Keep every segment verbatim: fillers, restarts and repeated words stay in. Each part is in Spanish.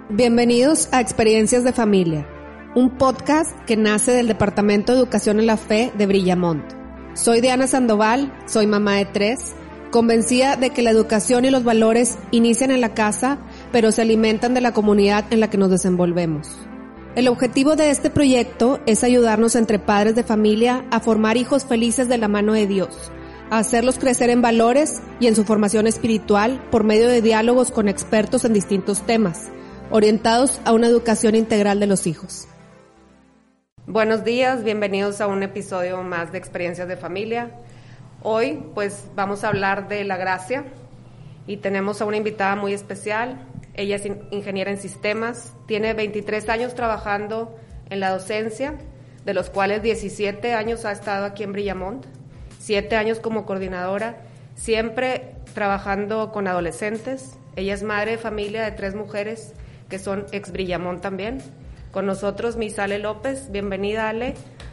Bienvenidos a Experiencias de Familia, un podcast que nace del Departamento de Educación en la Fe de Brillamont. Soy Diana Sandoval, soy mamá de tres, convencida de que la educación y los valores inician en la casa, pero se alimentan de la comunidad en la que nos desenvolvemos. El objetivo de este proyecto es ayudarnos entre padres de familia a formar hijos felices de la mano de Dios, a hacerlos crecer en valores y en su formación espiritual por medio de diálogos con expertos en distintos temas, orientados a una educación integral de los hijos. Buenos días, bienvenidos a un episodio más de Experiencias de Familia. Hoy pues vamos a hablar de la gracia y tenemos a una invitada muy especial. Ella es ingeniera en sistemas, tiene veintitrés años trabajando en la docencia, de los cuales diecisiete años ha estado aquí en Brillamont, siete años como coordinadora, siempre trabajando con adolescentes. Ella es madre de familia de tres mujeres que son ex Brillamont también. Con nosotros Miss Ale López, bienvenida Ale.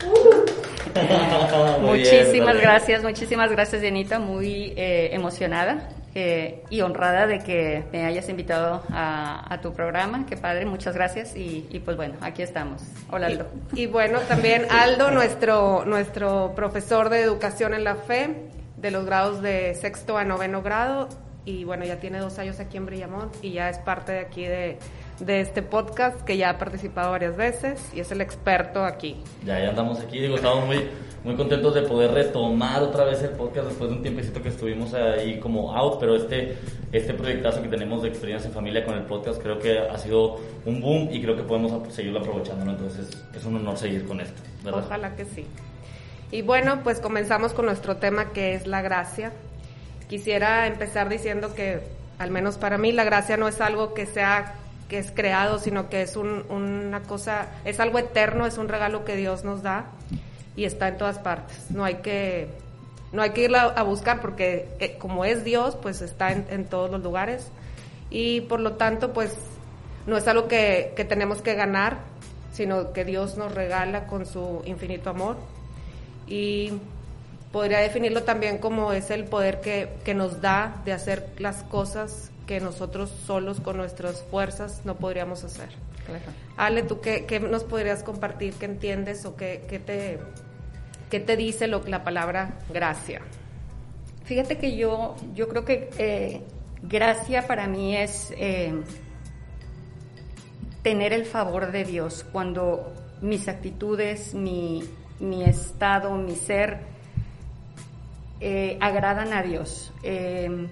Muchísimas bien, gracias, muchísimas gracias Dianita, muy eh, emocionada eh, y honrada de que me hayas invitado a, a tu programa, qué padre, muchas gracias y, y pues bueno, aquí estamos. Hola Aldo. Y, y bueno, también Aldo, nuestro, nuestro profesor de educación en la fe, de los grados de sexto a noveno grado, y bueno, ya tiene dos años aquí en Brillamont y ya es parte de aquí de... de este podcast que ya ha participado varias veces y es el experto aquí. Ya, ya andamos aquí, digo, estamos muy, muy contentos de poder retomar otra vez el podcast después de un tiempecito que estuvimos ahí como out, pero este, este proyectazo que tenemos de Experiencia en Familia con el podcast creo que ha sido un boom y creo que podemos seguirlo aprovechando, ¿no? Entonces es un honor seguir con esto, ¿verdad? Ojalá que sí. Y bueno, pues comenzamos con nuestro tema que es la gracia. Quisiera empezar diciendo que, al menos para mí, la gracia no es algo que sea que es creado, sino que es un, una cosa, es algo eterno, es un regalo que Dios nos da y está en todas partes. No hay que, no hay que irla a buscar porque eh, como es Dios, pues está en, en todos los lugares y por lo tanto, pues no es algo que, que tenemos que ganar, sino que Dios nos regala con su infinito amor y podría definirlo también como es el poder que, que nos da de hacer las cosas que nosotros solos con nuestras fuerzas no podríamos hacer. Claro. Ale, ¿tú qué, qué nos podrías compartir? ¿Qué entiendes o qué, qué, te, qué te dice lo, la palabra gracia? Fíjate que yo, yo creo que eh, gracia para mí es eh, tener el favor de Dios cuando mis actitudes, mi, mi estado, mi ser eh, agradan a Dios. Eh,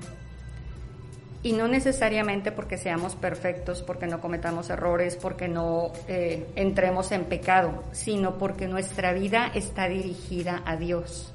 Y no necesariamente porque seamos perfectos, porque no cometamos errores, porque no eh, entremos en pecado, sino porque nuestra vida está dirigida a Dios.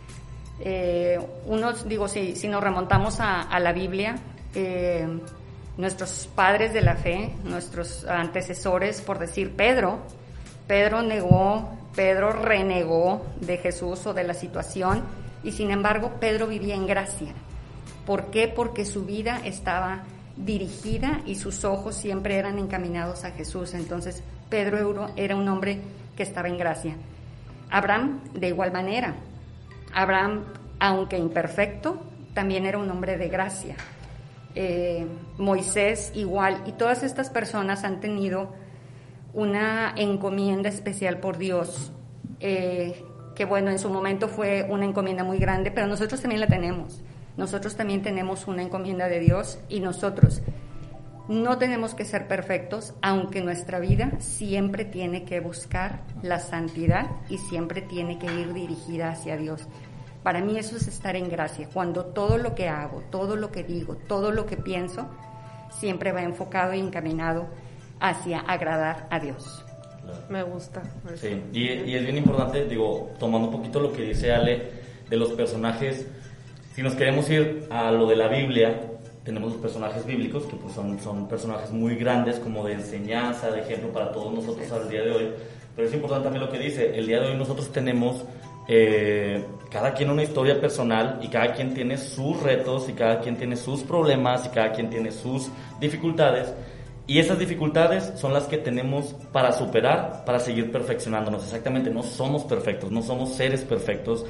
Eh, unos, digo, si, si nos remontamos a, a la Biblia, eh, nuestros padres de la fe, nuestros antecesores, por decir Pedro, Pedro negó, Pedro renegó de Jesús o de la situación, y sin embargo Pedro vivía en gracia. ¿Por qué? Porque su vida estaba dirigida y sus ojos siempre eran encaminados a Jesús. Entonces, Pedro era un hombre que estaba en gracia. Abraham, de igual manera. Abraham, aunque imperfecto, también era un hombre de gracia. Eh, Moisés, igual. Y todas estas personas han tenido una encomienda especial por Dios, eh, que bueno, en su momento fue una encomienda muy grande, pero nosotros también la tenemos. Nosotros también tenemos una encomienda de Dios y nosotros no tenemos que ser perfectos, aunque nuestra vida siempre tiene que buscar la santidad y siempre tiene que ir dirigida hacia Dios. Para mí eso es estar en gracia, cuando todo lo que hago, todo lo que digo, todo lo que pienso, siempre va enfocado y encaminado hacia agradar a Dios. Claro. Me gusta. Sí, y, y es bien importante, digo, tomando un poquito lo que dice Ale de los personajes. Si nos queremos ir a lo de la Biblia, tenemos los personajes bíblicos, que pues son, son personajes muy grandes, como de enseñanza, de ejemplo para todos nosotros al día de hoy. Pero es importante también lo que dice, el día de hoy nosotros tenemos eh, cada quien una historia personal y cada quien tiene sus retos y cada quien tiene sus problemas y cada quien tiene sus dificultades. Y esas dificultades son las que tenemos para superar, para seguir perfeccionándonos. Exactamente, no somos perfectos, no somos seres perfectos.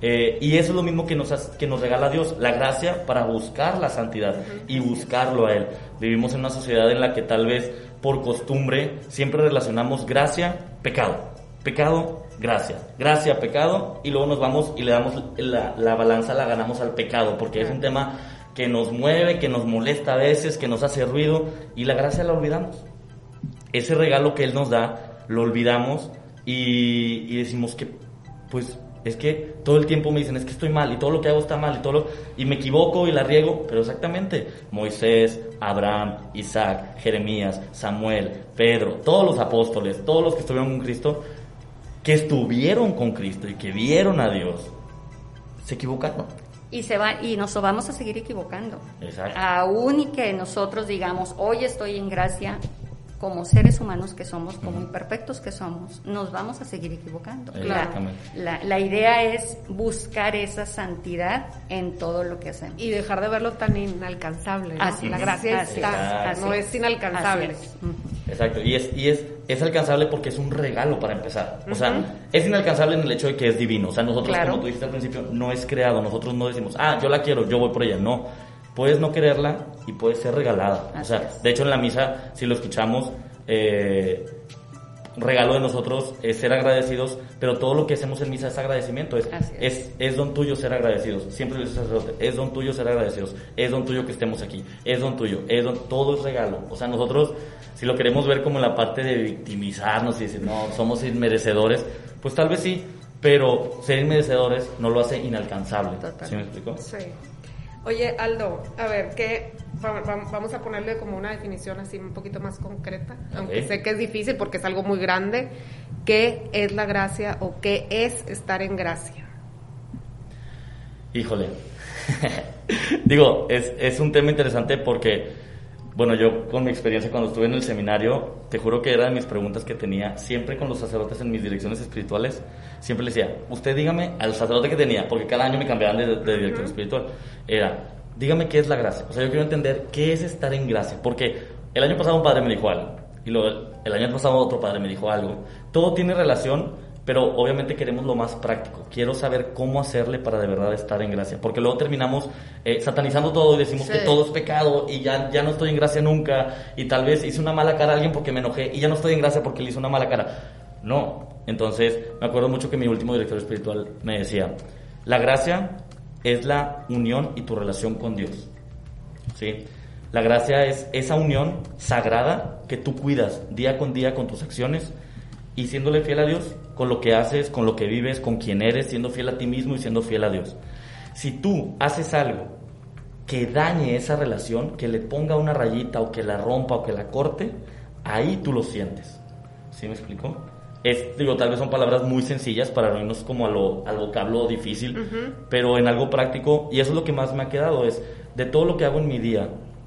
Eh, y eso es lo mismo que nos, que nos regala Dios, la gracia para buscar la santidad y buscarlo a Él. Vivimos en una sociedad en la que tal vez por costumbre siempre relacionamos gracia, pecado. Pecado, gracia. Gracia, pecado, y luego nos vamos y le damos la, la balanza, la ganamos al pecado, porque es un tema que nos mueve, que nos molesta a veces, que nos hace ruido, y la gracia la olvidamos. Ese regalo que Él nos da, lo olvidamos y, y decimos que, pues, es que todo el tiempo me dicen, es que estoy mal, y todo lo que hago está mal, y todo lo, y me equivoco y la riego, pero exactamente, Moisés, Abraham, Isaac, Jeremías, Samuel, Pedro, todos los apóstoles, todos los que estuvieron con Cristo, que estuvieron con Cristo y que vieron a Dios, se equivocaron. Y, se va, y nos vamos a seguir equivocando. Exacto. Aún y que nosotros digamos, hoy estoy en gracia, como seres humanos que somos, como imperfectos que somos, nos vamos a seguir equivocando. Exactamente. La, la, la idea es buscar esa santidad en todo lo que hacemos. Y dejar de verlo tan inalcanzable, ¿no? Así La es, gracia así está, es, no así es inalcanzable. Así es. Uh-huh. Exacto, y es y es es alcanzable porque es un regalo para empezar. O sea, uh-huh. es inalcanzable en el hecho de que es divino. O sea, nosotros, claro. como tú dijiste al principio, no es creado. Nosotros no decimos, ah, yo la quiero, yo voy por ella. No, puedes no quererla y puede ser regalada. Así o sea, es. De hecho en la misa, si lo escuchamos, eh, regalo de nosotros es ser agradecidos, pero todo lo que hacemos en misa es agradecimiento, es, es. es, es don tuyo ser agradecidos, siempre lo dice el sacerdote, es don tuyo ser agradecidos, es don tuyo que estemos aquí, es don tuyo, es don, todo es regalo. O sea, nosotros, si lo queremos ver como la parte de victimizarnos y decir, no, somos inmerecedores, pues tal vez sí, pero ser inmerecedores no lo hace inalcanzable. Total. ¿Sí me explico? Sí. Oye, Aldo, a ver, ¿qué? Vamos a ponerle como una definición así un poquito más concreta, okay. Aunque sé que es difícil porque es algo muy grande. ¿Qué es la gracia o qué es estar en gracia? Híjole. Digo, es, es un tema interesante porque, bueno, yo con mi experiencia cuando estuve en el seminario, te juro que era de mis preguntas que tenía siempre con los sacerdotes en mis direcciones espirituales. Siempre les decía, usted dígame al sacerdote que tenía, porque cada año me cambiaban de, de director uh-huh. espiritual, era, dígame qué es la gracia. O sea, yo quiero entender qué es estar en gracia, porque el año pasado un padre me dijo algo, y luego el año pasado otro padre me dijo algo. Todo tiene relación, pero obviamente queremos lo más práctico. Quiero saber cómo hacerle para de verdad estar en gracia, porque luego terminamos eh, satanizando todo y decimos sí. que todo es pecado y ya, ya no estoy en gracia nunca, y tal vez hice una mala cara a alguien porque me enojé y ya no estoy en gracia porque le hice una mala cara. No, entonces me acuerdo mucho que mi último director espiritual me decía, la gracia es la unión y tu relación con Dios, ¿sí? La gracia es esa unión sagrada que tú cuidas día con día con tus acciones y siéndole fiel a Dios con lo que haces, con lo que vives, con quien eres, siendo fiel a ti mismo y siendo fiel a Dios. Si tú haces algo que dañe esa relación, que le ponga una rayita o que la rompa o que la corte, ahí tú lo sientes. ¿Sí me explico? Es, digo, tal vez son palabras muy sencillas para no irnos como a lo, al vocablo difícil, uh-huh. pero en algo práctico, y eso es lo que más me ha quedado, es de todo lo que hago en mi día,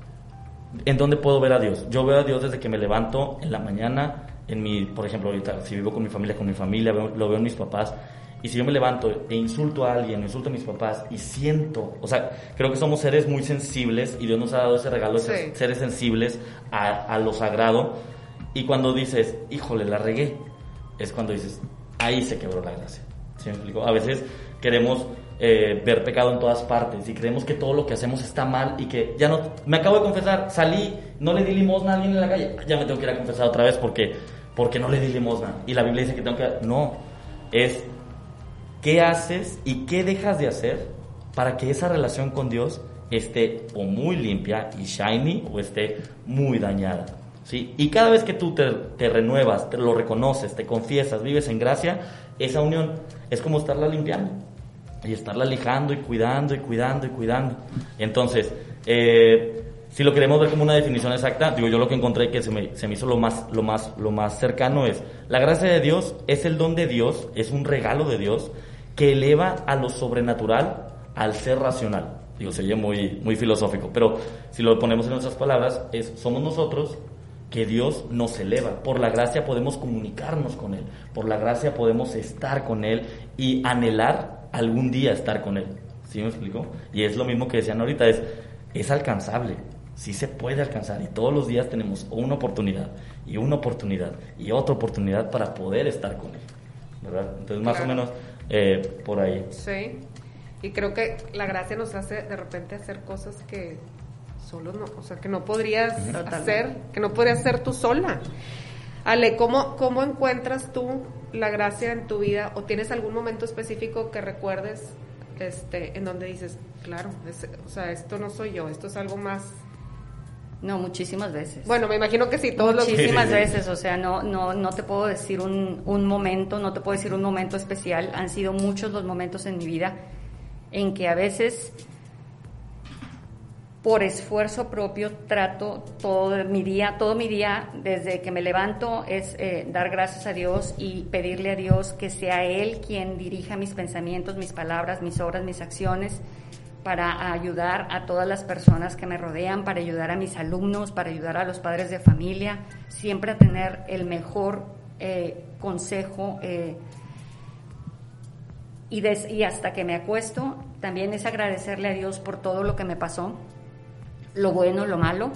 ¿en dónde puedo ver a Dios? Yo veo a Dios desde que me levanto en la mañana, en mi, por ejemplo, ahorita, si vivo con mi familia, con mi familia, veo, lo veo en mis papás, y si yo me levanto e insulto a alguien, insulto a mis papás, y siento, o sea, creo que somos seres muy sensibles, y Dios nos ha dado ese regalo de sí. ser seres sensibles a, a lo sagrado, y cuando dices, híjole, la regué, es cuando dices, ahí se quebró la gracia. ¿Sí me explico? A veces queremos eh, ver pecado en todas partes y creemos que todo lo que hacemos está mal y que ya no... Me acabo de confesar, salí, no le di limosna a alguien en la calle, ya me tengo que ir a confesar otra vez porque, porque no le di limosna. Y la Biblia dice que tengo que... No, es qué haces y qué dejas de hacer para que esa relación con Dios esté o muy limpia y shiny o esté muy dañada. ¿Sí? Y cada vez que tú te, te renuevas, te lo reconoces, te confiesas, vives en gracia, esa unión es como estarla limpiando y estarla lijando y cuidando y cuidando y cuidando. Entonces, eh, si lo queremos ver como una definición exacta, digo, yo lo que encontré que se me, se me hizo lo más, lo más, lo más cercano es, la gracia de Dios es el don de Dios, es un regalo de Dios que eleva a lo sobrenatural al ser racional. Digo, se oye muy, muy filosófico, pero si lo ponemos en nuestras palabras, es, somos nosotros que Dios nos eleva. Por la gracia podemos comunicarnos con Él, por la gracia podemos estar con Él y anhelar algún día estar con Él. ¿Sí me explico? Y es lo mismo que decían ahorita, es, es alcanzable, sí se puede alcanzar y todos los días tenemos una oportunidad y una oportunidad y otra oportunidad para poder estar con Él, ¿verdad? Entonces más claro. o menos eh, por ahí. Sí, y creo que la gracia nos hace de repente hacer cosas que solo no, o sea, que no podrías uh-huh. hacer, que no podrías hacer tú sola. Ale, ¿cómo, ¿cómo encuentras tú la gracia en tu vida? ¿O tienes algún momento específico que recuerdes este, en donde dices, claro, es, o sea, esto no soy yo, esto es algo más? No, muchísimas veces. Bueno, me imagino que sí, todos los Muchísimas veces, o sea, no, no, no te puedo decir un, un momento, no te puedo decir un momento especial. Han sido muchos los momentos en mi vida en que a veces, por esfuerzo propio, trato todo mi día, todo mi día, desde que me levanto, es eh, dar gracias a Dios y pedirle a Dios que sea Él quien dirija mis pensamientos, mis palabras, mis obras, mis acciones, para ayudar a todas las personas que me rodean, para ayudar a mis alumnos, para ayudar a los padres de familia, siempre a tener el mejor eh, consejo, eh, y, des, y hasta que me acuesto, también es agradecerle a Dios por todo lo que me pasó, lo bueno, lo malo,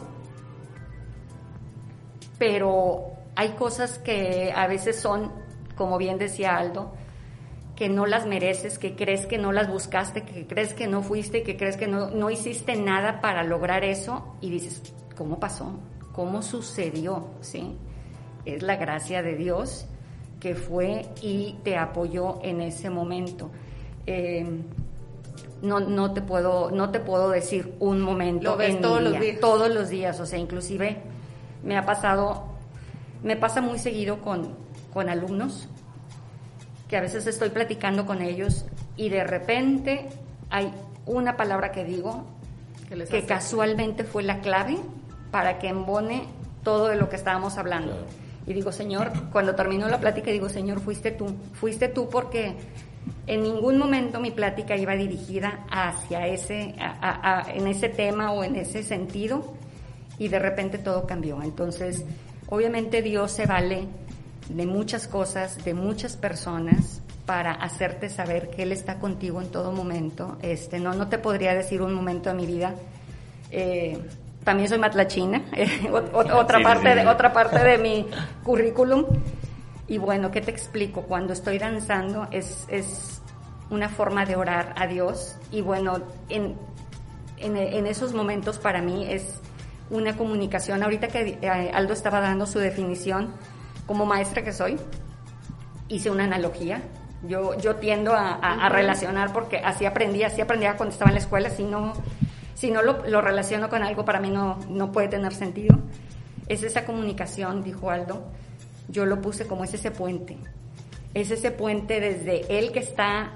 pero hay cosas que a veces son, como bien decía Aldo, que no las mereces, que crees que no las buscaste, que crees que no fuiste, que crees que no, no hiciste nada para lograr eso, y dices, ¿cómo pasó? ¿Cómo sucedió? ¿Sí? Es la gracia de Dios que fue y te apoyó en ese momento. Eh, no, no te puedo, no te puedo decir un momento. Lo ves en todos mi día, los días. Todos los días, o sea, inclusive me ha pasado, me pasa muy seguido con, con alumnos, que a veces estoy platicando con ellos y de repente hay una palabra que digo que, que casualmente fue la clave para que embone todo de lo que estábamos hablando. Claro. Y digo, Señor, cuando terminó la plática, digo, Señor, fuiste tú, fuiste tú porque en ningún momento mi plática iba dirigida hacia ese, a, a, a, en ese tema o en ese sentido, y de repente todo cambió. Entonces, obviamente Dios se vale de muchas cosas, de muchas personas, para hacerte saber que Él está contigo en todo momento. Este, no, no te podría decir un momento de mi vida. Eh, también soy matlachina, eh, otra sí, parte, sí, sí. De, otra parte de mi currículum. Y bueno, ¿qué te explico? Cuando estoy danzando es, es una forma de orar a Dios. Y bueno, en, en, en esos momentos para mí es una comunicación. Ahorita que Aldo estaba dando su definición, como maestra que soy, hice una analogía. Yo, yo tiendo a, a, a relacionar porque así aprendí, así aprendía cuando estaba en la escuela. Si no, si no lo, lo relaciono con algo, para mí no, no puede tener sentido. Es esa comunicación, dijo Aldo. Yo lo puse como es ese puente. Es ese puente desde Él que está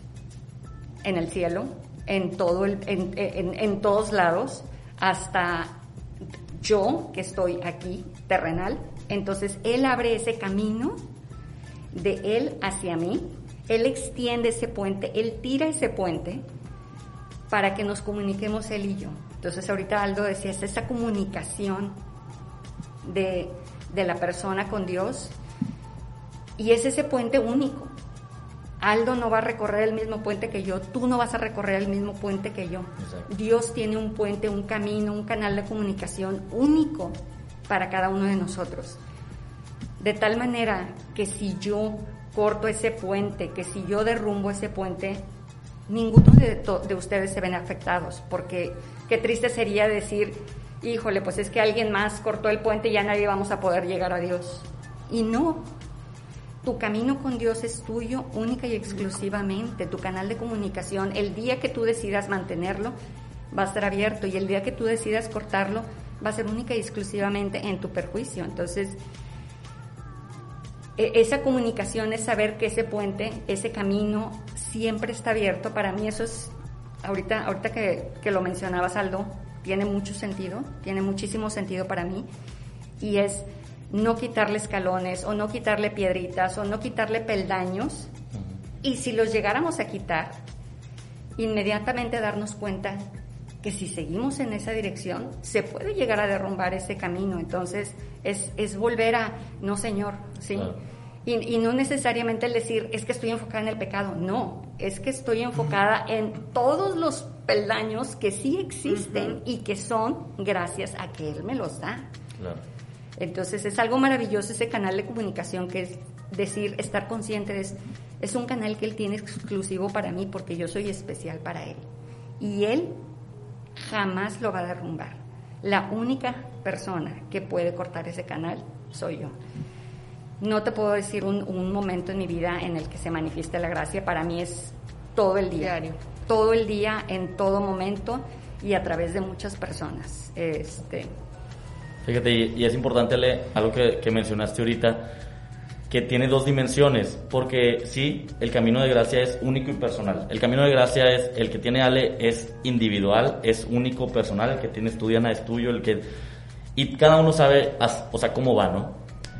en el cielo, en, todo el, en, en, en todos lados, hasta yo que estoy aquí, terrenal. Entonces, Él abre ese camino de Él hacia mí, Él extiende ese puente, Él tira ese puente para que nos comuniquemos Él y yo. Entonces, ahorita Aldo decía, es esa comunicación de, de la persona con Dios, y es ese puente único. Aldo no va a recorrer el mismo puente que yo, tú no vas a recorrer el mismo puente que yo. Exacto. Dios tiene un puente, un camino, un canal de comunicación único para cada uno de nosotros, de tal manera que si yo corto ese puente, que si yo derrumbo ese puente, ninguno de, to- de ustedes se ven afectados, porque qué triste sería decir, híjole, pues es que alguien más cortó el puente y ya nadie vamos a poder llegar a Dios. Y no, tu camino con Dios es tuyo única y exclusivamente, tu canal de comunicación. El día que tú decidas mantenerlo va a estar abierto, y el día que tú decidas cortarlo va a ser única y exclusivamente en tu perjuicio. Entonces, esa comunicación es saber que ese puente, ese camino siempre está abierto. Para mí eso es, ahorita, ahorita que, que lo mencionabas, Aldo, tiene mucho sentido, tiene muchísimo sentido para mí, y es no quitarle escalones o no quitarle piedritas o no quitarle peldaños, y si los llegáramos a quitar, inmediatamente darnos cuenta que si seguimos en esa dirección, se puede llegar a derrumbar ese camino. Entonces, es, es volver a, no señor, ¿sí? Claro. Y, y no necesariamente el decir, es que estoy enfocada en el pecado. No, es que estoy enfocada uh-huh. en todos los peldaños que sí existen uh-huh. y que son gracias a que Él me los da. Claro. Entonces, es algo maravilloso ese canal de comunicación, que es decir, estar consciente de, Es un canal que Él tiene exclusivo para mí porque yo soy especial para Él. Y Él jamás lo va a derrumbar. La única persona que puede cortar ese canal soy yo. No te puedo decir un, un momento en mi vida en el que se manifieste la gracia. Para mí es todo el día. Diario. Todo el día, en todo momento y a través de muchas personas. Este... Fíjate, y, y es importante, Ale, algo que, que mencionaste ahorita, que tiene dos dimensiones, porque sí, el camino de gracia es único y personal. El camino de gracia es, el que tiene Ale es individual, es único, personal, el que tienes tú, Diana, es tuyo, el que... Y cada uno sabe, o sea, cómo va, ¿no?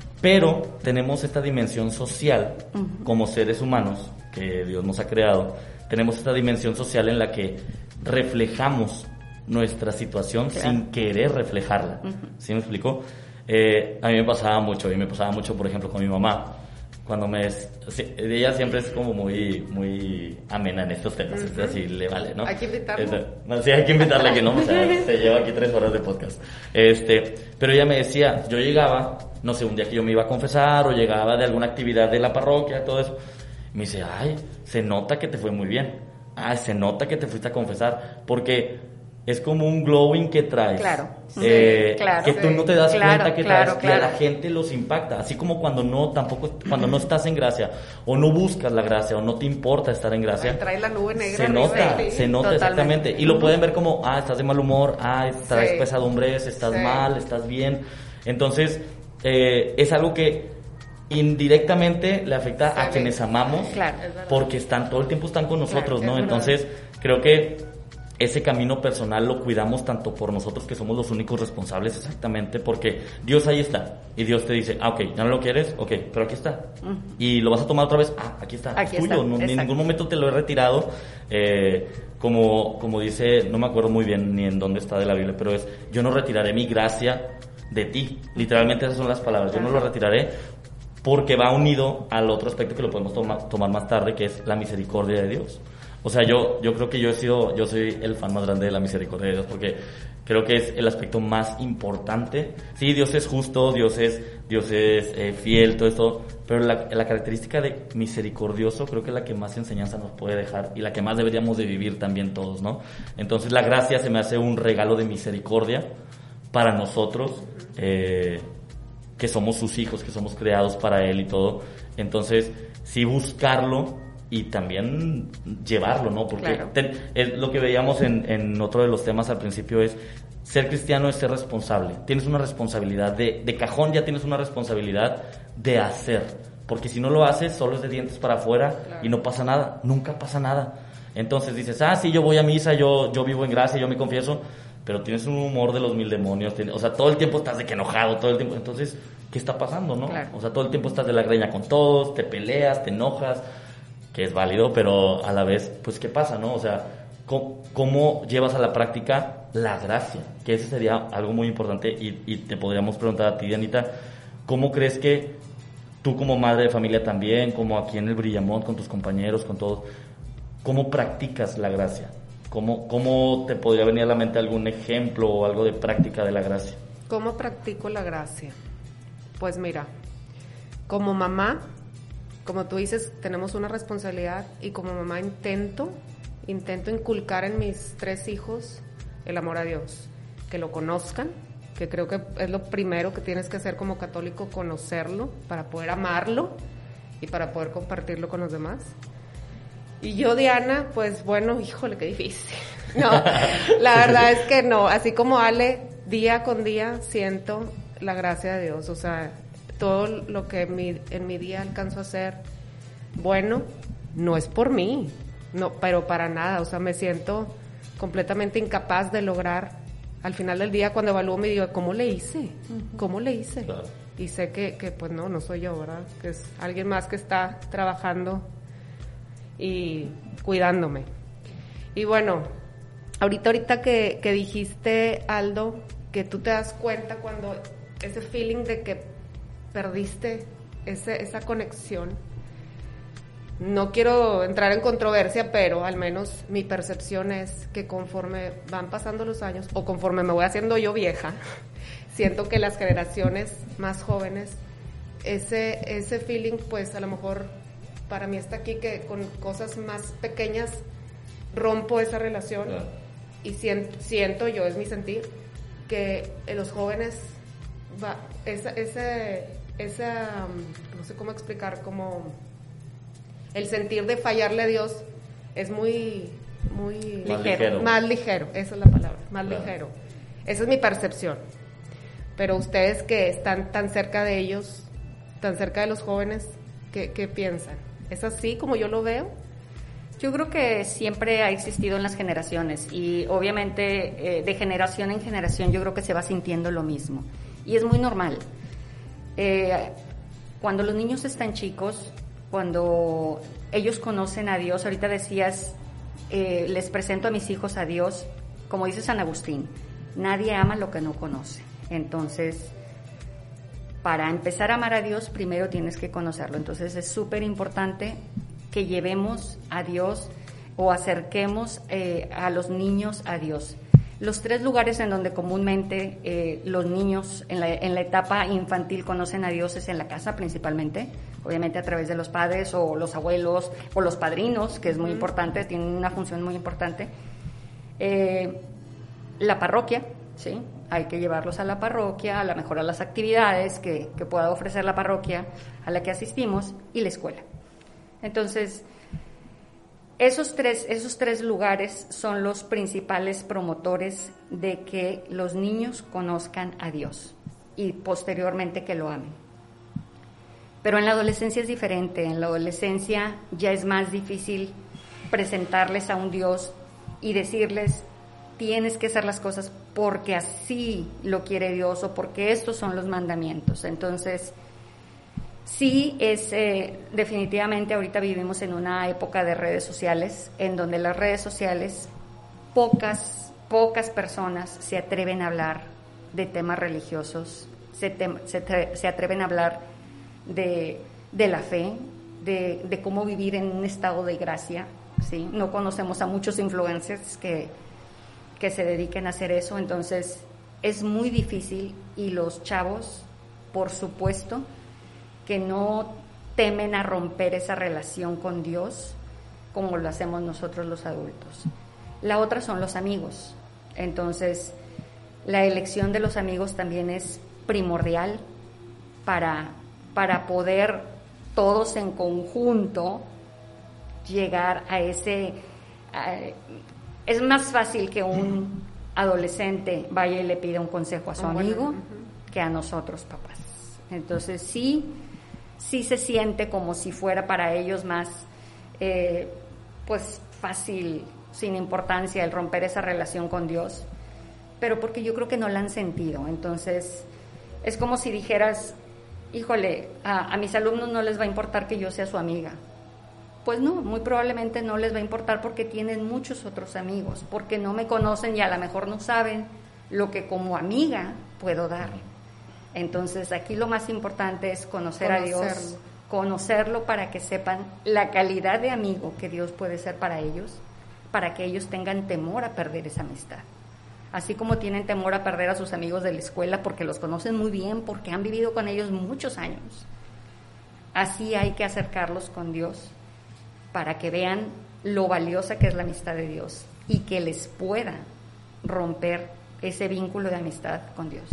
Pero tenemos esta dimensión social, uh-huh. como seres humanos, que Dios nos ha creado, tenemos esta dimensión social en la que reflejamos nuestra situación claro. sin querer reflejarla. Uh-huh. ¿Sí me explico? Eh, a mí me pasaba mucho, y me pasaba mucho, por ejemplo, con mi mamá. Cuando me... Ella siempre es como muy muy amena en estos temas, uh-huh. así le vale, ¿no? Hay que invitarla. Sí, hay que invitarla, que no, o sea, se lleva aquí tres horas de podcast. Este, pero ella me decía, yo llegaba, no sé, un día que yo me iba a confesar, o llegaba de alguna actividad de la parroquia, todo eso, me dice, ay, se nota que te fue muy bien. Ay, se nota que te fuiste a confesar, porque... Es como un glowing que traes. Claro. Eh, sí, claro. Que tú no te das claro, cuenta que claro, traes. claro. Y a la gente los impacta. Así como cuando no, tampoco, cuando no estás en gracia, o no buscas la gracia, o no te importa estar en gracia. Trae la nube negra. Se nota, sí. se nota Totalmente. exactamente. Y lo pueden ver como, ah, estás de mal humor, ah, traes Sí. pesadumbres, estás Sí. mal, estás bien. Entonces, eh, es algo que indirectamente le afecta Se a ve. quienes amamos. Claro. Porque están, todo el tiempo están con nosotros, Claro, ¿no? es Entonces, creo que ese camino personal lo cuidamos tanto por nosotros, que somos los únicos responsables, exactamente, porque Dios ahí está, y Dios te dice, ah, ok, ya no lo quieres, ok, pero aquí está, uh-huh. y lo vas a tomar otra vez, ah, aquí está, aquí es tuyo, está. No, en Exacto. ningún momento te lo he retirado, eh, como, como dice, no me acuerdo muy bien ni en dónde está de la Biblia, pero es, yo no retiraré mi gracia de ti, literalmente esas son las palabras, yo no lo retiraré, porque va unido al otro aspecto que lo podemos toma, tomar más tarde, que es la misericordia de Dios. O sea, yo, yo creo que yo he sido, yo soy el fan más grande de la misericordia de Dios, porque creo que es el aspecto más importante. Sí, Dios es justo, Dios es, Dios es eh, fiel, todo esto, pero la, la característica de misericordioso creo que es la que más enseñanza nos puede dejar y la que más deberíamos de vivir también todos, ¿no? Entonces la gracia se me hace un regalo de misericordia para nosotros, eh, que somos sus hijos, que somos creados para Él y todo. Entonces, sí buscarlo y también llevarlo, ¿no? Porque claro. ten, es lo que veíamos en, en otro de los temas al principio es, ser cristiano es ser responsable. Tienes una responsabilidad, de, de cajón ya tienes una responsabilidad de hacer. Porque si no lo haces, solo es de dientes para afuera claro. y no pasa nada, nunca pasa nada. Entonces dices, ah, sí, yo voy a misa, yo, yo vivo en gracia, yo me confieso, pero tienes un humor de los mil demonios, tienes, o sea, todo el tiempo estás de que enojado, todo el tiempo, entonces, ¿qué está pasando, no? Claro. O sea, todo el tiempo estás de la greña con todos, te peleas, te enojas, que es válido, pero a la vez, pues, ¿qué pasa, no? O sea, ¿cómo, cómo llevas a la práctica la gracia? Que ese sería algo muy importante y, y te podríamos preguntar a ti, Dianita, ¿cómo crees que tú como madre de familia también, como aquí en el Brillamont, con tus compañeros, con todos, cómo practicas la gracia? ¿Cómo, ¿Cómo te podría venir a la mente algún ejemplo o algo de práctica de la gracia? ¿Cómo practico la gracia? Pues mira, como mamá, como tú dices, tenemos una responsabilidad y como mamá intento, intento inculcar en mis tres hijos el amor a Dios, que lo conozcan, que creo que es lo primero que tienes que hacer como católico, conocerlo para poder amarlo y para poder compartirlo con los demás. Y yo, Diana, pues bueno, híjole, qué difícil. No, la verdad es que no, así como Ale, día con día siento la gracia de Dios, o sea, todo lo que en mi, en mi día alcanzo a hacer, bueno, no es por mí, no, pero para nada, o sea, me siento completamente incapaz de lograr, al final del día cuando evalúo me digo, ¿cómo le hice? ¿Cómo le hice? Claro. Y sé que, que pues no, no soy yo, ¿verdad? Que es alguien más que está trabajando y cuidándome. Y bueno, ahorita ahorita que, que dijiste, Aldo, que tú te das cuenta cuando ese feeling de que perdiste ese, esa conexión. No quiero entrar en controversia, pero al menos mi percepción es que conforme van pasando los años, o conforme me voy haciendo yo vieja, siento que las generaciones más jóvenes, ese, ese feeling pues a lo mejor para mí está aquí, que con cosas más pequeñas rompo esa relación. Claro. Y siento, siento yo, es mi sentir, que en los jóvenes va, esa, ese, esa, no sé cómo explicar, como el sentir de fallarle a Dios es muy, muy más ligero, más ligero, esa es la palabra, más claro. ligero. Esa es mi percepción. Pero ustedes que están tan cerca de ellos, tan cerca de los jóvenes, ¿qué, qué piensan? ¿Es así como yo lo veo? Yo creo que siempre ha existido en las generaciones y obviamente eh, de generación en generación yo creo que se va sintiendo lo mismo y es muy normal. Eh, cuando los niños están chicos, cuando ellos conocen a Dios, ahorita decías, eh, les presento a mis hijos a Dios, como dice San Agustín, nadie ama lo que no conoce. Entonces, para empezar a amar a Dios, primero tienes que conocerlo. Entonces es súper importante que llevemos a Dios o acerquemos eh, a los niños a Dios. Los tres lugares en donde comúnmente eh, los niños en la, en la etapa infantil conocen a Dios es en la casa principalmente, obviamente a través de los padres o los abuelos o los padrinos, que es muy importante, tienen una función muy importante. Eh, la parroquia, ¿sí? Hay que llevarlos a la parroquia, a lo mejor a las actividades que, que pueda ofrecer la parroquia a la que asistimos, y la escuela. Entonces, esos tres, esos tres lugares son los principales promotores de que los niños conozcan a Dios y posteriormente que lo amen. Pero en la adolescencia es diferente, en la adolescencia ya es más difícil presentarles a un Dios y decirles, tienes que hacer las cosas porque así lo quiere Dios o porque estos son los mandamientos. Entonces, sí, es eh, definitivamente ahorita vivimos en una época de redes sociales, en donde las redes sociales, pocas, pocas personas se atreven a hablar de temas religiosos, se, te, se, se atreven a hablar de, de la fe, de, de cómo vivir en un estado de gracia, ¿sí? No conocemos a muchos influencers que, que se dediquen a hacer eso, entonces es muy difícil y los chavos, por supuesto, que no temen a romper esa relación con Dios como lo hacemos nosotros los adultos. La otra son los amigos. Entonces, la elección de los amigos también es primordial para, para poder todos en conjunto llegar a ese... A, es más fácil que un adolescente vaya y le pida un consejo a su amigo uh-huh. que a nosotros, papás. Entonces, sí... sí se siente como si fuera para ellos más, eh, pues fácil, sin importancia, el romper esa relación con Dios, pero porque yo creo que no la han sentido. Entonces, es como si dijeras, híjole, a, a mis alumnos no les va a importar que yo sea su amiga. Pues no, muy probablemente no les va a importar porque tienen muchos otros amigos, porque no me conocen y a lo mejor no saben lo que como amiga puedo dar. Entonces, aquí lo más importante es conocer Conocerlo. a Dios, conocerlo para que sepan la calidad de amigo que Dios puede ser para ellos, para que ellos tengan temor a perder esa amistad. Así como tienen temor a perder a sus amigos de la escuela porque los conocen muy bien, porque han vivido con ellos muchos años. Así hay que acercarlos con Dios para que vean lo valiosa que es la amistad de Dios y que les pueda romper ese vínculo de amistad con Dios.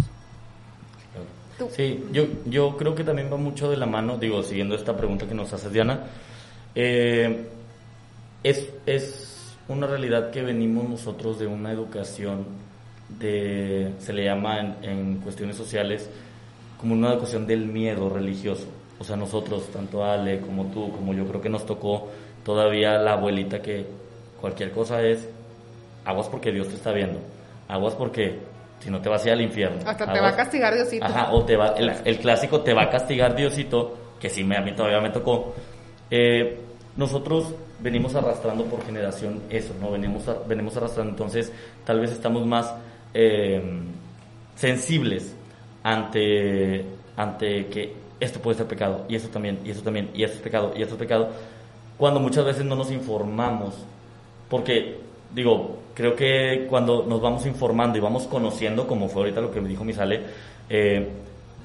Sí, yo, yo creo que también va mucho de la mano, digo, siguiendo esta pregunta que nos hace Diana, eh, es, es una realidad que venimos nosotros de una educación de, se le llama en, en cuestiones sociales, como una educación del miedo religioso. O sea, nosotros, tanto Ale como tú, como yo, creo que nos tocó todavía la abuelita que cualquier cosa es, aguas porque Dios te está viendo, aguas porque... si no te vas a ir al infierno. Hasta te va a castigar Diosito. Ajá, o te va, el, el clásico te va a castigar Diosito, que sí, me, a mí todavía me tocó. Eh, nosotros venimos arrastrando por generación eso, ¿no? Venimos, a, venimos arrastrando, entonces tal vez estamos más eh, sensibles ante, ante que esto puede ser pecado, y eso también, y eso también, y esto es pecado, y esto es pecado, cuando muchas veces no nos informamos, porque... digo, creo que cuando nos vamos informando y vamos conociendo, como fue ahorita lo que me dijo mi Sale, eh,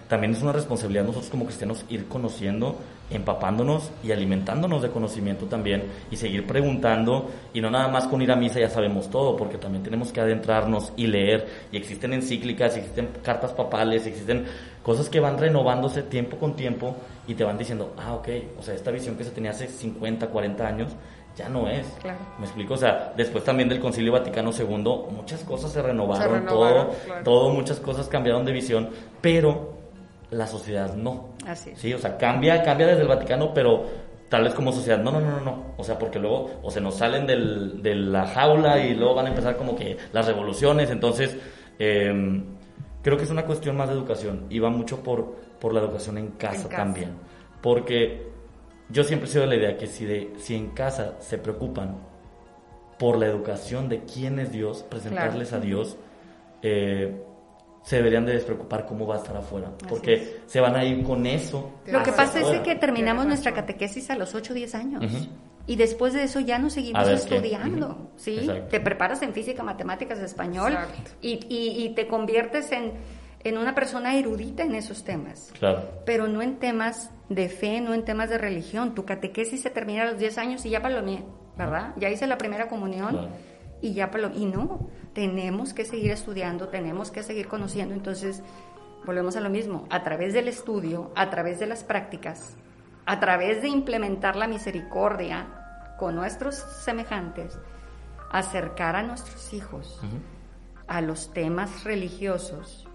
también es una responsabilidad nosotros como cristianos ir conociendo, empapándonos y alimentándonos de conocimiento también y seguir preguntando, y no nada más con ir a misa ya sabemos todo, porque también tenemos que adentrarnos y leer, y existen encíclicas, existen cartas papales, existen cosas que van renovándose tiempo con tiempo y te van diciendo, ah, ok, o sea, esta visión que se tenía hace cincuenta, cuarenta años ya no es. Claro. ¿Me explico? O sea, después también del Concilio Vaticano segundo, muchas cosas se renovaron, se renovaron todo, claro. todo, muchas cosas cambiaron de visión, pero la sociedad no. Así es. Sí, o sea, cambia, cambia desde el Vaticano, pero tal vez como sociedad, no, no, no, no, no. O sea, porque luego o se nos salen del, de la jaula y luego van a empezar como que las revoluciones, entonces eh, creo que es una cuestión más de educación y va mucho por, por la educación en casa, en casa también, porque yo siempre he sido de la idea que si, de, si en casa se preocupan por la educación de quién es Dios, presentarles claro. a Dios, eh, se deberían de despreocupar cómo va a estar afuera, Así porque es. se van a ir con eso. Lo que pasa afuera. es que terminamos nuestra catequesis a los ocho o diez años. Uh-huh. Y después de eso ya no seguimos estudiando, uh-huh. ¿sí? Exacto. Te preparas en física, matemáticas, español y, y, y te conviertes en, en una persona erudita en esos temas. Claro. Pero no en temas de fe, no en temas de religión. Tu catequesis se termina a los diez años y ya palomeé, ¿verdad? Ya hice la primera comunión. Claro. Y ya, y no, tenemos que seguir estudiando, tenemos que seguir conociendo, entonces volvemos a lo mismo, a través del estudio, a través de las prácticas, a través de implementar la misericordia con nuestros semejantes, acercar a nuestros hijos uh-huh. a los temas religiosos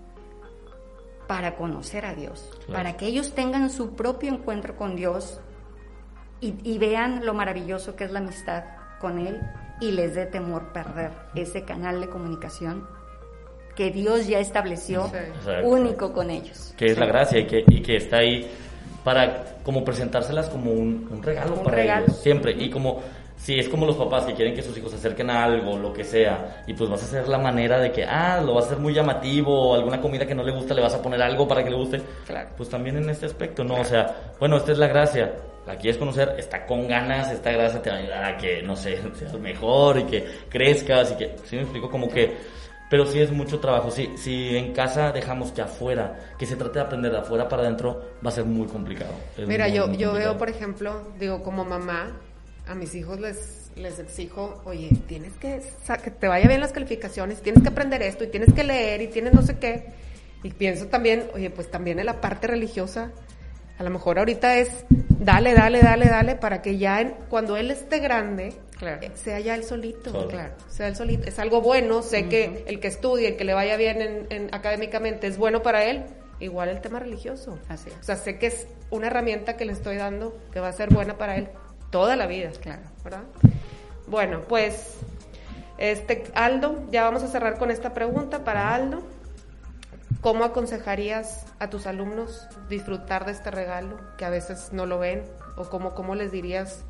para conocer a Dios, claro. para que ellos tengan su propio encuentro con Dios y, y vean lo maravilloso que es la amistad con Él, y les dé temor perder ese canal de comunicación que Dios ya estableció sí. único con ellos. Que es sí. la gracia y que, y que está ahí para como presentárselas como un, un regalo un para regalo. ellos, siempre. Y como, si es como los papás que quieren que sus hijos se acerquen a algo, lo que sea, y pues vas a hacer la manera de que, ah, lo vas a hacer muy llamativo, o alguna comida que no le gusta, le vas a poner algo para que le guste. Claro. Pues también en este aspecto, ¿no? Claro. O sea, bueno, esta es la gracia. La quieres conocer, está con ganas, esta gracia te va a ayudar a que, no sé, seas mejor y que crezcas y que, ¿sí me explico? Como que, pero sí es mucho trabajo. Si, si en casa dejamos que afuera, que se trate de aprender de afuera para adentro, va a ser muy complicado. Es Mira, muy, yo, muy yo complicado. veo, por ejemplo, digo, como mamá, a mis hijos les, les exijo, oye, tienes que, que te vaya bien las calificaciones, tienes que aprender esto y tienes que leer y tienes no sé qué. Y pienso también, oye, pues también en la parte religiosa, a lo mejor ahorita es dale, dale, dale, dale, para que ya en, cuando él esté grande, claro. eh, sea ya él solito, Solo. claro, sea él solito. Es algo bueno, sé uh-huh. que el que estudie, el que le vaya bien en, en, académicamente es bueno para él, igual el tema religioso. Así es. O sea, sé que es una herramienta que le estoy dando que va a ser buena para él toda la vida, claro, ¿verdad? Bueno, pues, este, Aldo, ya vamos a cerrar con esta pregunta para Aldo. ¿Cómo aconsejarías a tus alumnos disfrutar de este regalo que a veces no lo ven? ¿O cómo, cómo les dirías,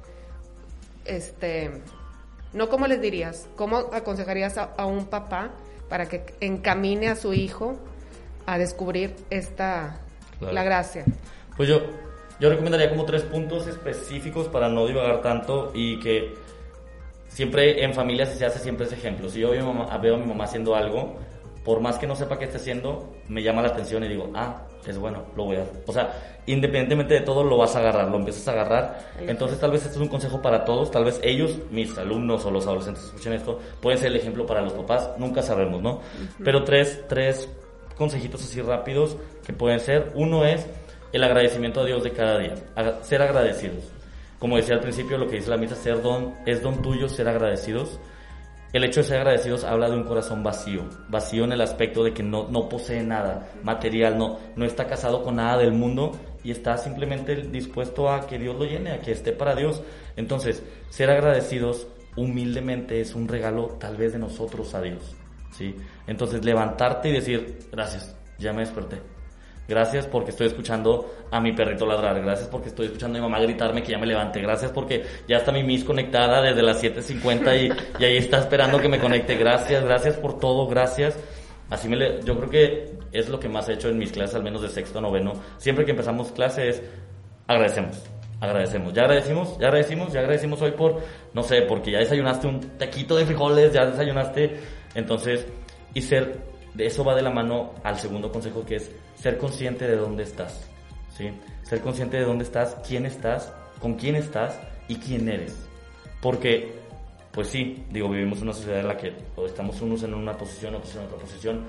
este, no cómo les dirías, cómo aconsejarías a, a un papá para que encamine a su hijo a descubrir esta, claro. la gracia? Pues yo, yo recomendaría como tres puntos específicos para no divagar tanto y que siempre en familia se hace siempre ese ejemplo. Si yo veo a mi mamá, veo a mi mamá haciendo algo, por más que no sepa qué está haciendo, me llama la atención y digo, ah, es bueno, lo voy a hacer. O sea, independientemente de todo, lo vas a agarrar, lo empiezas a agarrar. Entonces, tal vez este es un consejo para todos. Tal vez ellos, mis alumnos o los adolescentes que escuchen esto, pueden ser el ejemplo para los papás. Nunca sabemos, ¿no? Uh-huh. Pero tres, tres consejitos así rápidos que pueden ser. Uno es el agradecimiento a Dios de cada día. Ser agradecidos. Como decía al principio, lo que dice la misa, ser don, es don tuyo ser agradecidos. El hecho de ser agradecidos habla de un corazón vacío, vacío en el aspecto de que no, no posee nada material, no, no está casado con nada del mundo y está simplemente dispuesto a que Dios lo llene, a que esté para Dios. Entonces, ser agradecidos humildemente es un regalo tal vez de nosotros a Dios, ¿sí? Entonces, levantarte y decir, gracias, ya me desperté. Gracias porque estoy escuchando a mi perrito ladrar. Gracias porque estoy escuchando a mi mamá gritarme que ya me levante. Gracias porque ya está mi Miss conectada desde las siete cincuenta y, y ahí está esperando que me conecte. Gracias, gracias por todo, gracias. Así me le, yo creo que es lo que más he hecho en mis clases, al menos de sexto a noveno. Siempre que empezamos clase es agradecemos, agradecemos. Ya agradecimos, ya agradecimos, ya agradecimos hoy por, no sé, porque ya desayunaste un taquito de frijoles, ya desayunaste. Entonces, y ser de eso va de la mano al segundo consejo, que es ser consciente de dónde estás, ¿sí? Ser consciente de dónde estás, quién estás, con quién estás y quién eres. Porque, pues sí, digo, vivimos en una sociedad en la que estamos unos en una posición, otros en otra posición,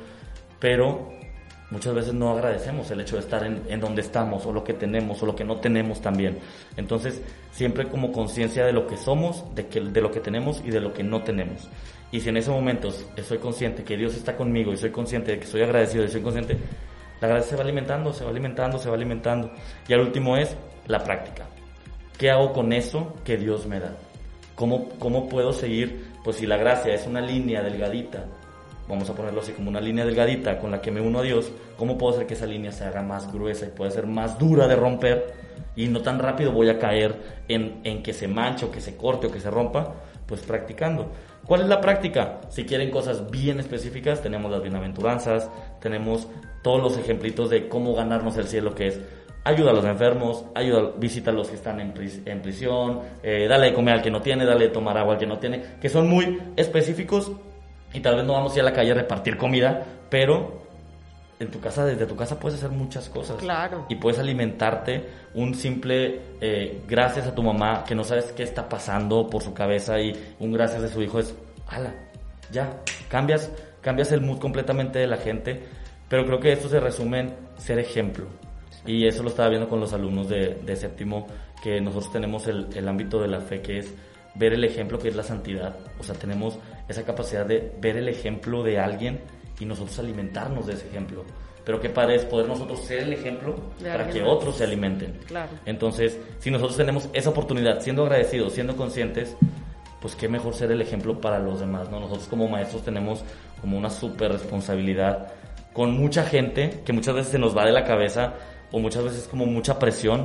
pero muchas veces no agradecemos el hecho de estar en, en donde estamos, o lo que tenemos, o lo que no tenemos también. Entonces, siempre como conciencia de lo que somos, de, que, de lo que tenemos y de lo que no tenemos. Y si en esos momentos soy consciente que Dios está conmigo y soy consciente de que soy agradecido y soy consciente, la gracia se va alimentando, se va alimentando, se va alimentando. Y al último es la práctica. ¿Qué hago con eso que Dios me da? ¿Cómo, cómo puedo seguir? Pues si la gracia es una línea delgadita, vamos a ponerlo así, como una línea delgadita con la que me uno a Dios, ¿cómo puedo hacer que esa línea se haga más gruesa y pueda ser más dura de romper? Y no tan rápido voy a caer en, en que se manche o que se corte o que se rompa, pues practicando. ¿Cuál es la práctica? Si quieren cosas bien específicas, tenemos las bienaventuranzas, tenemos todos los ejemplitos de cómo ganarnos el cielo, que es ayuda a los enfermos, ayuda, visita a los que están en, pris, en prisión, eh, dale de comer al que no tiene, dale de tomar agua al que no tiene, que son muy específicos. Y tal vez no vamos a ir a la calle a repartir comida, pero en tu casa, desde tu casa puedes hacer muchas cosas. Claro. Y puedes alimentarte. Un simple eh, gracias a tu mamá, que no sabes qué está pasando por su cabeza, y un gracias de su hijo es, ala, ya, cambias, cambias el mood completamente de la gente. Pero creo que esto se resume en ser ejemplo. Y eso lo estaba viendo con los alumnos de, de séptimo, que nosotros tenemos el, el ámbito de la fe, que es ver el ejemplo, que es la santidad. O sea, tenemos esa capacidad de ver el ejemplo de alguien y nosotros alimentarnos de ese ejemplo. Pero qué padre es poder nosotros ser el ejemplo de para que otros se alimenten. Claro. Entonces, si nosotros tenemos esa oportunidad, siendo agradecidos, siendo conscientes, pues qué mejor ser el ejemplo para los demás, ¿no? Nosotros como maestros tenemos como una súper responsabilidad con mucha gente que muchas veces se nos va de la cabeza, o muchas veces como mucha presión.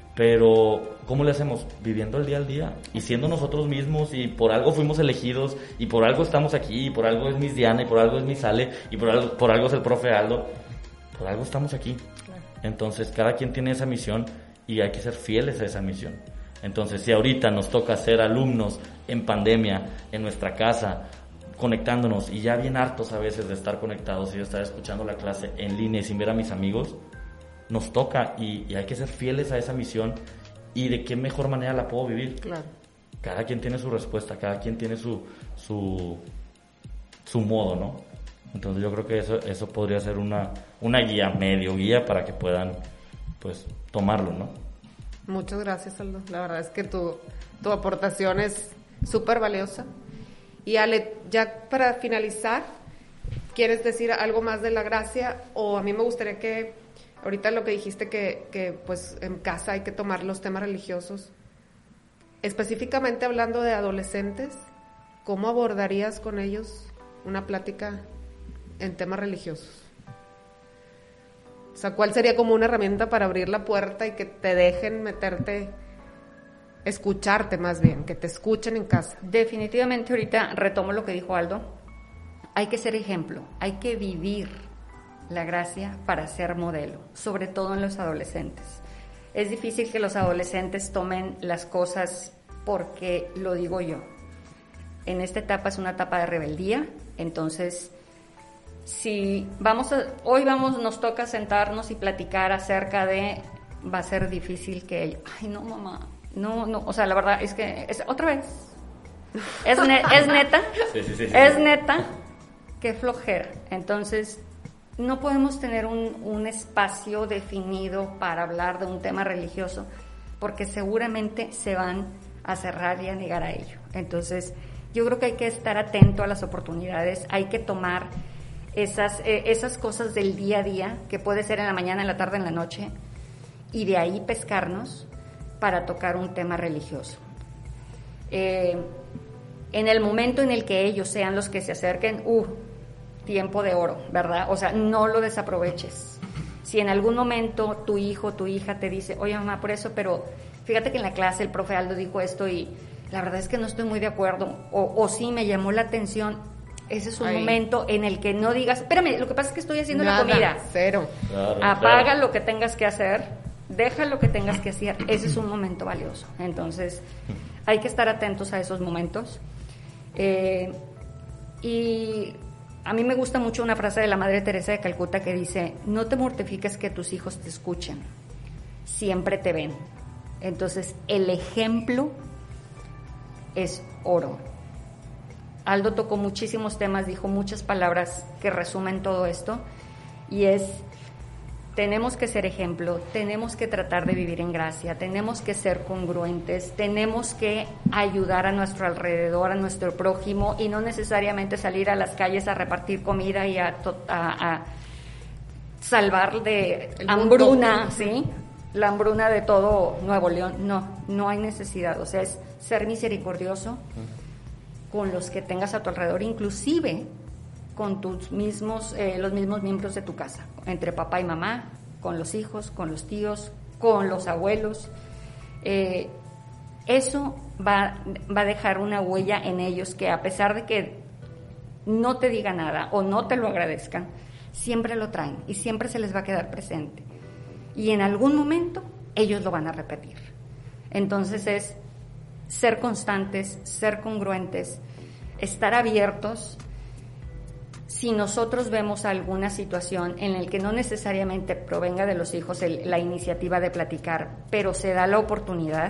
Pero, ¿cómo le hacemos? Viviendo el día al día y siendo nosotros mismos, y por algo fuimos elegidos, y por algo estamos aquí, y por algo es Miss Diana, y por algo es Miss Ale, y por algo, por algo es el profe Aldo, por algo estamos aquí. Claro. Entonces, cada quien tiene esa misión y hay que ser fieles a esa misión. Entonces, si ahorita nos toca ser alumnos en pandemia, en nuestra casa, conectándonos, y ya bien hartos a veces de estar conectados y de estar escuchando la clase en línea y sin ver a mis amigos, nos toca, y, y hay que ser fieles a esa misión. ¿Y de qué mejor manera la puedo vivir? Claro. Cada quien tiene su respuesta, cada quien tiene su su, su modo, ¿no? Entonces yo creo que eso eso podría ser una, una guía, medio guía, para que puedan, pues, tomarlo, ¿no? Muchas gracias, Aldo. La verdad es que tu, tu aportación es súper valiosa. Y Ale, ya para finalizar, ¿quieres decir algo más de la gracia? O a mí me gustaría que ahorita lo que dijiste, que, que pues en casa hay que tomar los temas religiosos, específicamente hablando de adolescentes, ¿cómo abordarías con ellos una plática en temas religiosos? O sea, ¿cuál sería como una herramienta para abrir la puerta y que te dejen meterte, escucharte más bien, que te escuchen en casa? Definitivamente ahorita retomo lo que dijo Aldo, hay que ser ejemplo, hay que vivir la gracia para ser modelo, sobre todo en los adolescentes. Es difícil que los adolescentes tomen las cosas porque lo digo yo. En esta etapa es una etapa de rebeldía, entonces si vamos a, hoy vamos, nos toca sentarnos y platicar acerca de, va a ser difícil que ellos, ay no mamá, no, no, o sea, la verdad es que, es, otra vez, es, ne, es neta, sí, sí, sí, sí. es neta, qué flojera. Entonces, no podemos tener un, un espacio definido para hablar de un tema religioso, porque seguramente se van a cerrar y a negar a ello. Entonces, yo creo que hay que estar atento a las oportunidades, hay que tomar esas, eh, esas cosas del día a día, que puede ser en la mañana, en la tarde, en la noche, y de ahí pescarnos para tocar un tema religioso. Eh, en el momento en el que ellos sean los que se acerquen, uh, tiempo de oro, ¿verdad? O sea, no lo desaproveches. Si en algún momento tu hijo, tu hija te dice, oye mamá, por eso, pero fíjate que en la clase el profe Aldo dijo esto y la verdad es que no estoy muy de acuerdo, o, o sí me llamó la atención, ese es un Ahí. momento en el que no digas, espérame, lo que pasa es que estoy haciendo Nada, la comida. Cero. Claro, Apaga claro. lo que tengas que hacer, deja lo que tengas que hacer, ese es un momento valioso. Entonces, hay que estar atentos a esos momentos. Eh, y a mí me gusta mucho una frase de la Madre Teresa de Calcuta que dice, no te mortifiques que tus hijos te escuchen, siempre te ven. Entonces, el ejemplo es oro. Aldo tocó muchísimos temas, dijo muchas palabras que resumen todo esto, y es, tenemos que ser ejemplo, tenemos que tratar de vivir en gracia, tenemos que ser congruentes, tenemos que ayudar a nuestro alrededor, a nuestro prójimo, y no necesariamente salir a las calles a repartir comida y a, a, a salvar de El hambruna, mundo. ¿sí? La hambruna de todo Nuevo León. No, no hay necesidad. O sea, es ser misericordioso con los que tengas a tu alrededor, inclusive con tus mismos, eh, los mismos miembros de tu casa, entre papá y mamá, con los hijos, con los tíos, con los abuelos. Eh, eso va, va a dejar una huella en ellos que, a pesar de que no te diga nada o no te lo agradezcan, siempre lo traen y siempre se les va a quedar presente. Y en algún momento ellos lo van a repetir. Entonces es ser constantes, ser congruentes, estar abiertos. Si nosotros vemos alguna situación en la que no necesariamente provenga de los hijos el, la iniciativa de platicar, pero se da la oportunidad,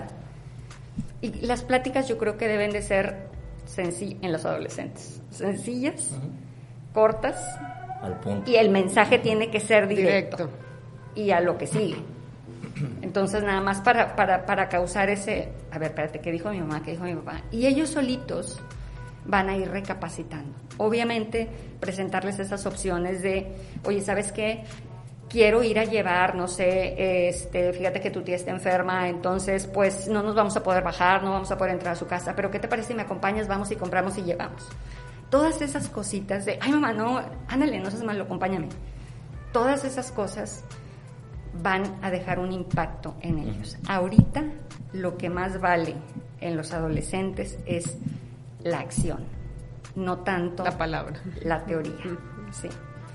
y las pláticas yo creo que deben de ser sencillas en los adolescentes, sencillas, uh-huh. cortas, al punto. Y el mensaje tiene que ser directo, Directo. Y a lo que sigue. Entonces, nada más para, para, para causar ese, a ver, espérate, ¿qué dijo mi mamá? ¿Qué dijo mi papá? Y ellos solitos van a ir recapacitando. Obviamente, presentarles esas opciones de, oye, ¿sabes qué? Quiero ir a llevar, no sé, este, fíjate que tu tía está enferma, entonces, pues, no nos vamos a poder bajar, no vamos a poder entrar a su casa, pero ¿qué te parece si me acompañas? Vamos y compramos y llevamos. Todas esas cositas de, ay, mamá, no, ándale, no seas malo, acompáñame. Todas esas cosas van a dejar un impacto en ellos. Ahorita, lo que más vale en los adolescentes es la acción, no tanto la palabra, la teoría. Sí.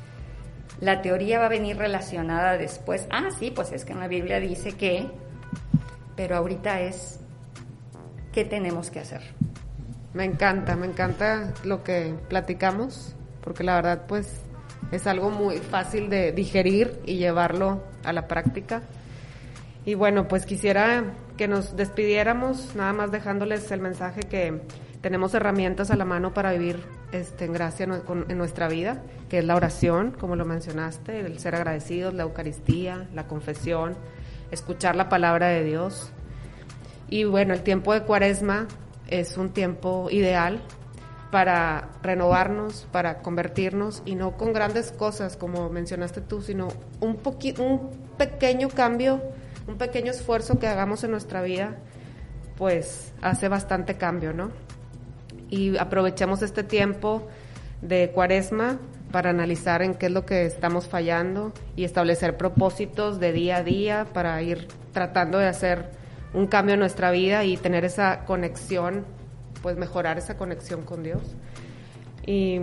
La teoría va a venir relacionada después. Ah, sí, pues es que en la Biblia dice que, pero ahorita es ¿qué tenemos que hacer? Me encanta, me encanta lo que platicamos, porque la verdad, pues, es algo muy fácil de digerir y llevarlo a la práctica. Y bueno, pues quisiera que nos despidiéramos, nada más dejándoles el mensaje que tenemos herramientas a la mano para vivir este, en gracia en nuestra vida, que es la oración, como lo mencionaste, el ser agradecidos, la Eucaristía, la confesión, escuchar la palabra de Dios. Y bueno, el tiempo de Cuaresma es un tiempo ideal para renovarnos, para convertirnos, y no con grandes cosas, como mencionaste tú, sino un, poqui- un pequeño cambio, un pequeño esfuerzo que hagamos en nuestra vida, pues hace bastante cambio, ¿no? Y aprovechemos este tiempo de Cuaresma para analizar en qué es lo que estamos fallando y establecer propósitos de día a día para ir tratando de hacer un cambio en nuestra vida y tener esa conexión, pues mejorar esa conexión con Dios. Y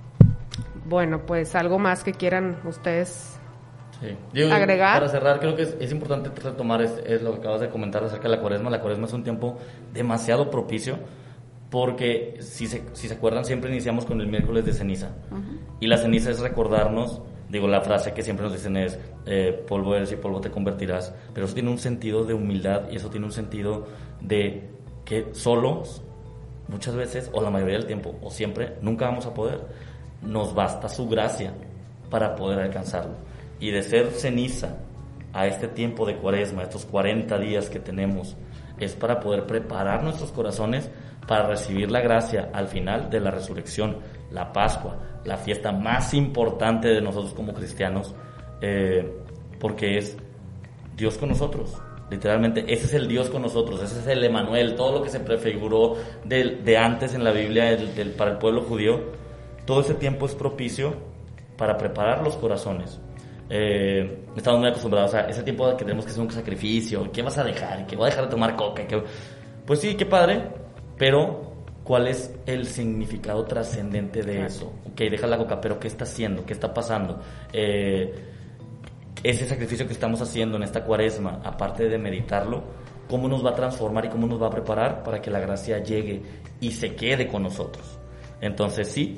bueno, pues algo más que quieran ustedes sí. Yo, agregar. Para cerrar, creo que es, es importante retomar es, es lo que acabas de comentar acerca de la Cuaresma. La Cuaresma es un tiempo demasiado propicio, porque si se, si se acuerdan, siempre iniciamos con el miércoles de ceniza. Uh-huh. Y la ceniza es recordarnos, digo, la frase que siempre nos dicen es eh, polvo eres y polvo te convertirás, pero eso tiene un sentido de humildad y eso tiene un sentido de que solos, muchas veces, o la mayoría del tiempo, o siempre, nunca vamos a poder. Nos basta su gracia para poder alcanzarlo. Y de ser ceniza a este tiempo de Cuaresma, estos cuarenta días que tenemos, es para poder preparar nuestros corazones para recibir la gracia al final de la resurrección, la Pascua, la fiesta más importante de nosotros como cristianos, eh, porque es Dios con nosotros. Literalmente, ese es el Dios con nosotros, ese es el Emanuel, todo lo que se prefiguró de, de antes en la Biblia el, el, para el pueblo judío. Todo ese tiempo es propicio para preparar los corazones. Eh, estamos muy acostumbrados a ese tiempo que tenemos que hacer un sacrificio. ¿Qué vas a dejar? ¿Qué voy a dejar de tomar coca? ¿Qué? Pues sí, qué padre, pero ¿cuál es el significado trascendente de eso? Ok, deja la coca, pero ¿qué está haciendo? ¿Qué está pasando? Eh, ese sacrificio que estamos haciendo en esta Cuaresma, aparte de meditarlo, ¿cómo nos va a transformar y cómo nos va a preparar para que la gracia llegue y se quede con nosotros? Entonces sí,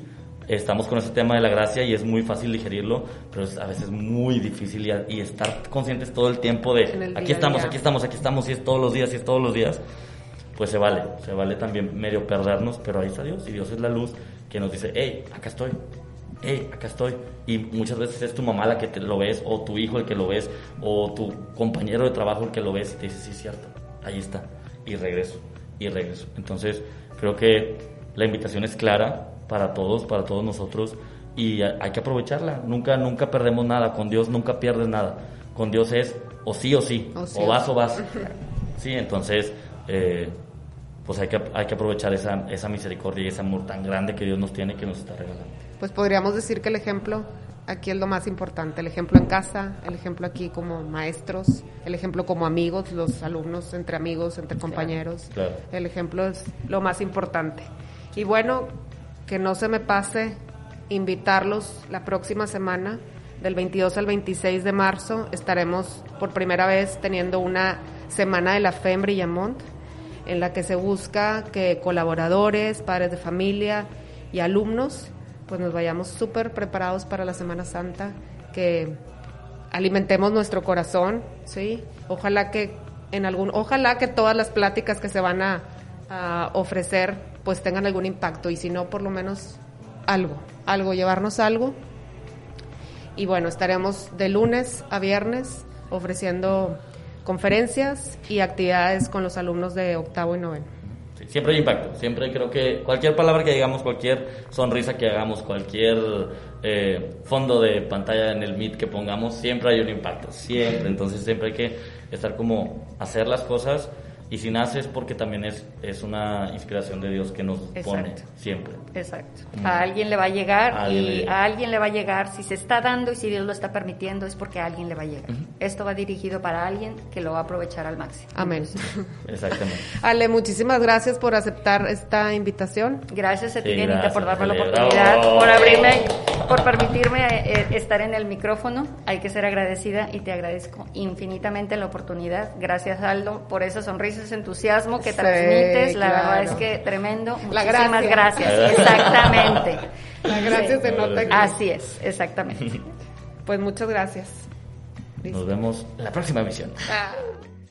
estamos con ese tema de la gracia y es muy fácil digerirlo, pero es a veces muy difícil y, y estar conscientes todo el tiempo de aquí estamos, aquí estamos, aquí estamos, y es todos los días, y es todos los días, pues se vale, se vale también medio perdernos, pero ahí está Dios, y Dios es la luz que nos dice, hey, acá estoy, hey, acá estoy, y muchas veces es tu mamá la que te lo ves, o tu hijo el que lo ves, o tu compañero de trabajo el que lo ves, y te dice, sí, es cierto, ahí está, y regreso, y regreso. Entonces, creo que la invitación es clara para todos, para todos nosotros, y hay que aprovecharla. Nunca, nunca perdemos nada. Con Dios nunca pierdes nada. Con Dios es o sí o sí, o, sí. o vas o vas. Sí, entonces, eh, pues hay que, hay que aprovechar esa, esa misericordia y ese amor tan grande que Dios nos tiene, que nos está regalando. Pues podríamos decir que el ejemplo aquí es lo más importante. El ejemplo en casa, el ejemplo aquí como maestros, el ejemplo como amigos, los alumnos entre amigos, entre compañeros. Claro, claro. El ejemplo es lo más importante. Y bueno, que no se me pase invitarlos la próxima semana, del veintidós al veintiséis de marzo, estaremos por primera vez teniendo una Semana de la Fe en Brillamont, en la que se busca que colaboradores, padres de familia y alumnos, pues nos vayamos súper preparados para la Semana Santa, que alimentemos nuestro corazón, ¿sí? Ojalá que en algún, ojalá que todas las pláticas que se van a, a ofrecer pues tengan algún impacto, y si no, por lo menos algo, algo, llevarnos algo. Y bueno, estaremos de lunes a viernes ofreciendo conferencias y actividades con los alumnos de octavo y noveno. Sí, siempre hay impacto, siempre creo que cualquier palabra que digamos, cualquier sonrisa que hagamos, cualquier eh, fondo de pantalla en el Meet que pongamos, siempre hay un impacto, siempre. Entonces siempre hay que estar como hacer las cosas, y si nace es porque también es, es una inspiración de Dios que nos Exacto. pone siempre. Exacto. A alguien le va a llegar, a y alguien a alguien le va a llegar. Si se está dando y si Dios lo está permitiendo, es porque a alguien le va a llegar. Uh-huh. Esto va dirigido para alguien que lo va a aprovechar al máximo. Amén. Exactamente. Ale, muchísimas gracias por aceptar esta invitación. Gracias a ti, Sí, Dianita, gracias, por darme la Ale. oportunidad, Bravo. por abrirme, por permitirme eh, estar en el micrófono. Hay que ser agradecida, y te agradezco infinitamente la oportunidad. Gracias, Aldo, por esa sonrisa, ese entusiasmo que Sí, transmites. La claro. verdad es que tremendo. La Muchísimas gracia. gracias. Exactamente. La gracia Sí. se nota aquí. Así es, exactamente. Pues muchas gracias. Nos vemos en la próxima emisión. Ah.